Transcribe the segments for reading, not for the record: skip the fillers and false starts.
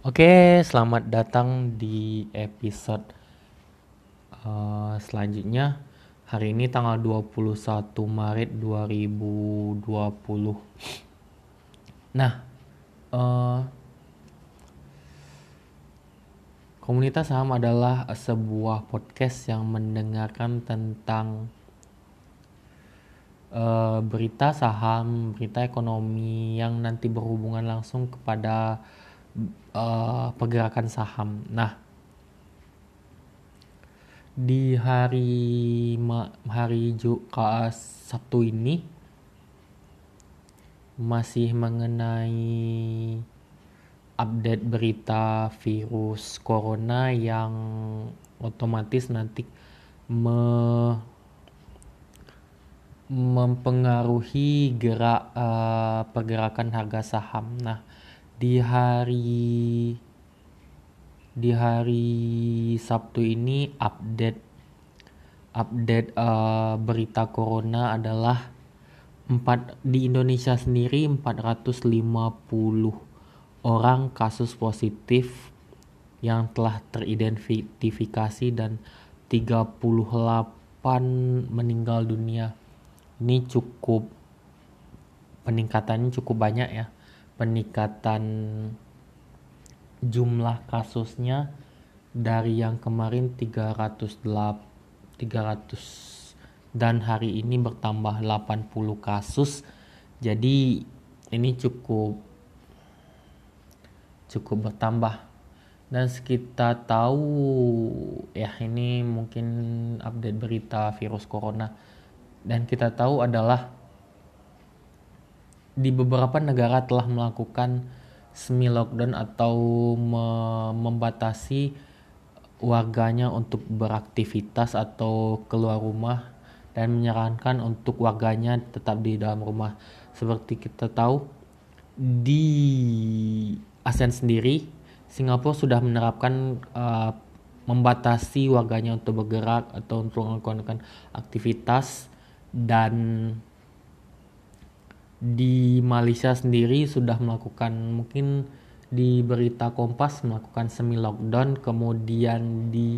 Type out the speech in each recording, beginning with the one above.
Oke, selamat datang di episode selanjutnya. Hari ini tanggal 21 Maret 2020. Nah, eh, Komunitas Saham adalah sebuah podcast yang mendengarkan tentang berita saham, berita ekonomi yang nanti berhubungan langsung kepada pergerakan saham. Nah, di Sabtu ini masih mengenai update berita virus corona yang otomatis nanti mempengaruhi pergerakan harga saham. Nah, di hari Sabtu ini update berita corona adalah di Indonesia sendiri 450 orang kasus positif yang telah teridentifikasi dan 38 meninggal dunia. Ini peningkatannya cukup banyak ya. Peningkatan jumlah kasusnya dari yang kemarin 300 dan hari ini bertambah 80 kasus. Jadi ini cukup bertambah. Dan kita tahu ya, ini mungkin update berita virus corona. Dan kita tahu adalah di beberapa negara telah melakukan semi lockdown atau membatasi warganya untuk beraktivitas atau keluar rumah dan menyarankan untuk warganya tetap di dalam rumah. Seperti kita tahu, di ASEAN sendiri, Singapura sudah menerapkan membatasi warganya untuk bergerak atau untuk melakukan aktivitas, dan di Malaysia sendiri sudah melakukan, mungkin di berita Kompas, melakukan semi lockdown. Kemudian di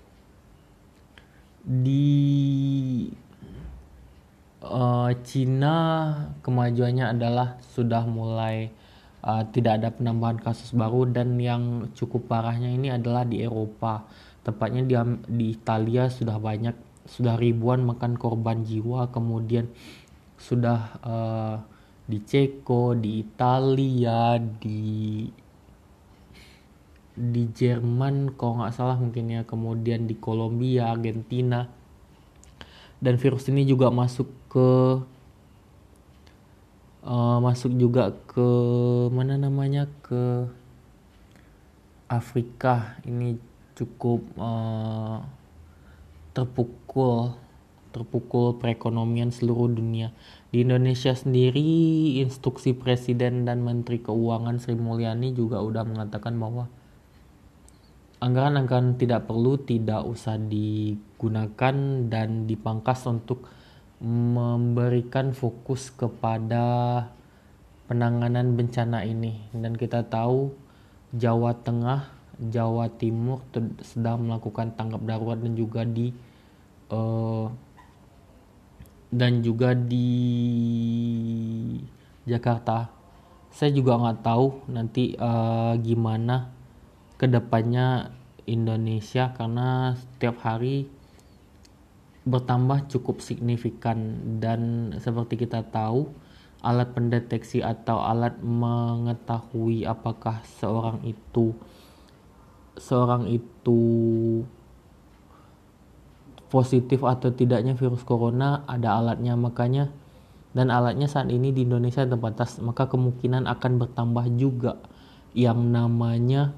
Cina kemajuannya adalah sudah mulai tidak ada penambahan kasus baru, dan yang cukup parahnya ini adalah di Eropa, tepatnya di Italia sudah ribuan makan korban jiwa. Kemudian sudah di Ceko, di Italia, di Jerman kalau nggak salah mungkin ya, kemudian di Kolombia, Argentina. Dan virus ini juga masuk juga ke mana namanya, ke Afrika. Ini cukup terpukul perekonomian seluruh dunia. Di Indonesia sendiri, instruksi Presiden dan Menteri Keuangan Sri Mulyani juga udah mengatakan bahwa anggaran-anggaran tidak usah digunakan dan dipangkas untuk memberikan fokus kepada penanganan bencana ini. Dan kita tahu Jawa Tengah, Jawa Timur sedang melakukan tanggap darurat, dan juga di Jakarta. Saya juga nggak tahu nanti gimana kedepannya Indonesia, karena setiap hari bertambah cukup signifikan. Dan seperti kita tahu, alat pendeteksi atau alat mengetahui apakah seorang itu positif atau tidaknya virus corona, ada alatnya. Makanya, dan alatnya saat ini di Indonesia terbatas, maka kemungkinan akan bertambah juga yang namanya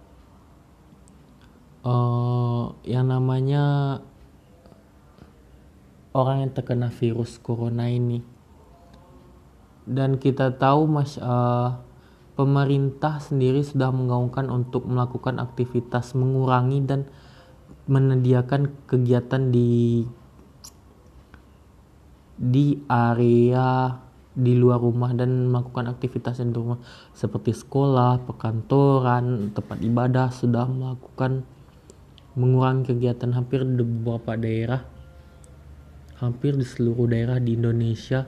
orang yang terkena virus corona ini. Dan kita tahu pemerintah sendiri sudah menggaungkan untuk melakukan aktivitas, mengurangi dan menyediakan kegiatan di area di luar rumah dan melakukan aktivitas di rumah seperti sekolah, perkantoran, tempat ibadah sudah melakukan mengurangi kegiatan hampir di beberapa daerah, hampir di seluruh daerah di Indonesia.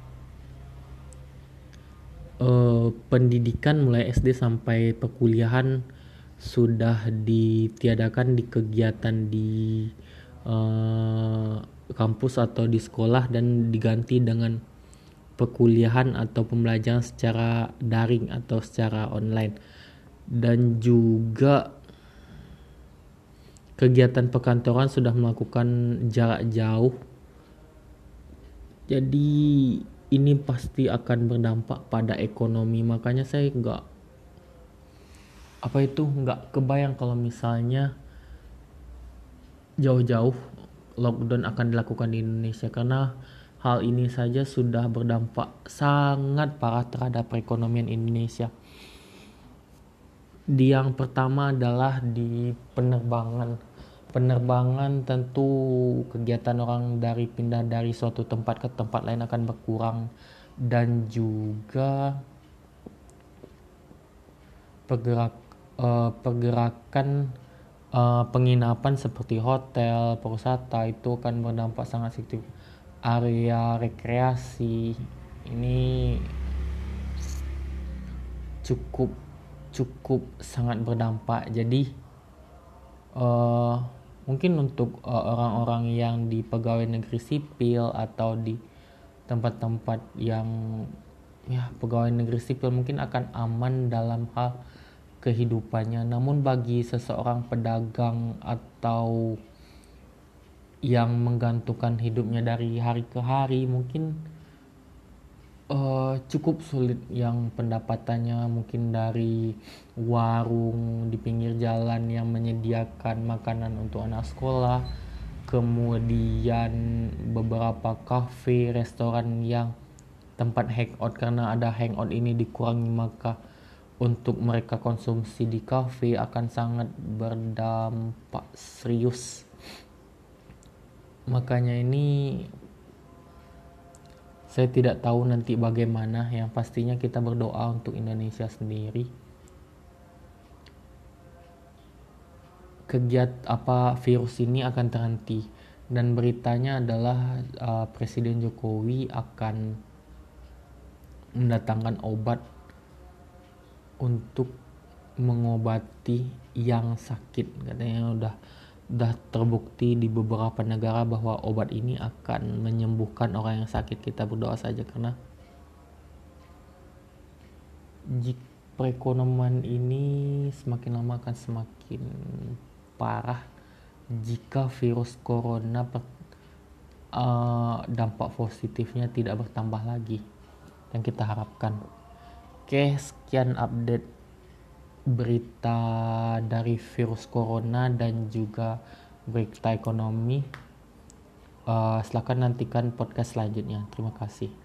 Pendidikan mulai SD sampai perkuliahan sudah ditiadakan di kegiatan di kampus atau di sekolah dan diganti dengan perkuliahan atau pembelajaran secara daring atau secara online. Dan juga kegiatan perkantoran sudah melakukan jarak jauh. Jadi ini pasti akan berdampak pada ekonomi. Makanya saya nggak kebayang kalau misalnya jauh-jauh lockdown akan dilakukan di Indonesia, karena hal ini saja sudah berdampak sangat parah terhadap perekonomian Indonesia. Yang pertama adalah di penerbangan. Penerbangan tentu kegiatan orang pindah dari suatu tempat ke tempat lain akan berkurang, dan juga pergerakan penginapan seperti hotel, perwisata itu akan berdampak sangat signifikan. Area rekreasi ini cukup sangat berdampak. Jadi mungkin untuk orang-orang yang di pegawai negeri sipil atau di tempat-tempat yang pegawai negeri sipil mungkin akan aman dalam hal kehidupannya. Namun bagi seseorang pedagang atau yang menggantungkan hidupnya dari hari ke hari, mungkin cukup sulit, yang pendapatannya mungkin dari warung di pinggir jalan yang menyediakan makanan untuk anak sekolah, kemudian beberapa kafe, restoran yang tempat hangout, karena ada hangout ini dikurangi, maka untuk mereka konsumsi di kafe akan sangat berdampak serius. Makanya ini saya tidak tahu nanti bagaimana. Yang pastinya kita berdoa untuk Indonesia sendiri. Virus ini akan terhenti, dan beritanya adalah Presiden Jokowi akan mendatangkan obat untuk mengobati yang sakit. Katanya udah terbukti di beberapa negara bahwa obat ini akan menyembuhkan orang yang sakit. Kita berdoa saja, karena jika perekonomian ini semakin lama akan semakin parah jika virus corona dampak positifnya tidak bertambah lagi yang kita harapkan. Oke, sekian update berita dari virus corona dan juga berita ekonomi. Silakan nantikan podcast selanjutnya. Terima kasih.